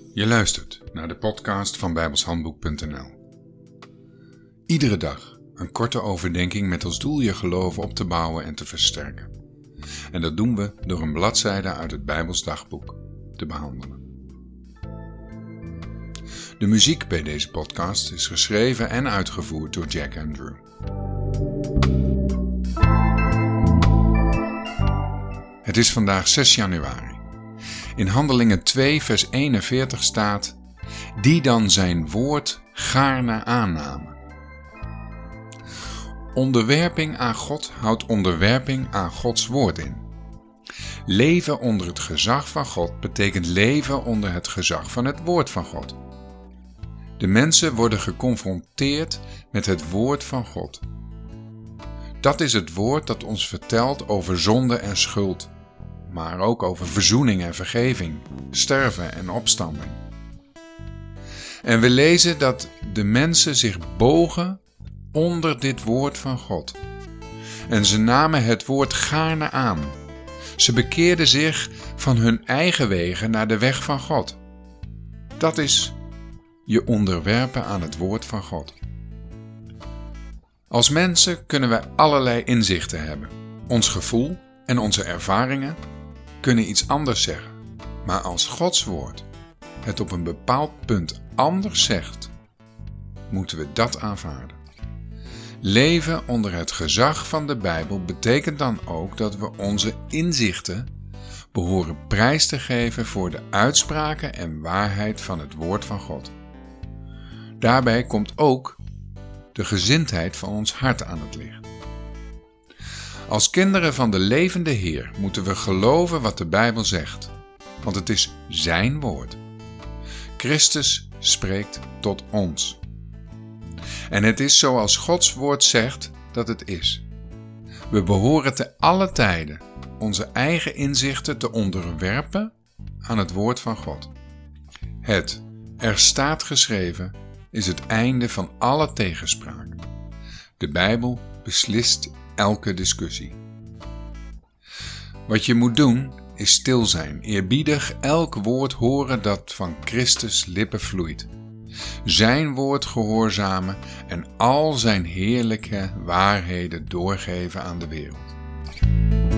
Je luistert naar de podcast van bijbelshandboek.nl. Iedere dag een korte overdenking met als doel je geloof op te bouwen en te versterken. En dat doen we door een bladzijde uit het Bijbels dagboek te behandelen. De muziek bij deze podcast is geschreven en uitgevoerd door Jack Andrew. Het is vandaag 6 januari. In Handelingen 2 vers 41 staat: die dan zijn woord gaarne aannamen. Onderwerping aan God houdt onderwerping aan Gods woord in. Leven onder het gezag van God betekent leven onder het gezag van het woord van God. De mensen worden geconfronteerd met het woord van God. Dat is het woord dat ons vertelt over zonde en schuld, maar ook over verzoening en vergeving, sterven en opstanding. En we lezen dat de mensen zich bogen onder dit woord van God. En ze namen het woord gaarne aan. Ze bekeerden zich van hun eigen wegen naar de weg van God. Dat is je onderwerpen aan het woord van God. Als mensen kunnen wij allerlei inzichten hebben. Ons gevoel en onze ervaringen kunnen iets anders zeggen. Maar als Gods woord het op een bepaald punt anders zegt, moeten we dat aanvaarden. Leven onder het gezag van de Bijbel betekent dan ook dat we onze inzichten behoren prijs te geven voor de uitspraken en waarheid van het woord van God. Daarbij komt ook de gezindheid van ons hart aan het licht. Als kinderen van de levende Heer moeten we geloven wat de Bijbel zegt, want het is zijn woord. Christus spreekt tot ons. En het is zoals Gods woord zegt dat het is. We behoren te alle tijden onze eigen inzichten te onderwerpen aan het woord van God. Het er staat geschreven is het einde van alle tegenspraak. De Bijbel beslist elke discussie. Wat je moet doen is stil zijn, eerbiedig elk woord horen dat van Christus lippen vloeit. Zijn woord gehoorzamen en al zijn heerlijke waarheden doorgeven aan de wereld.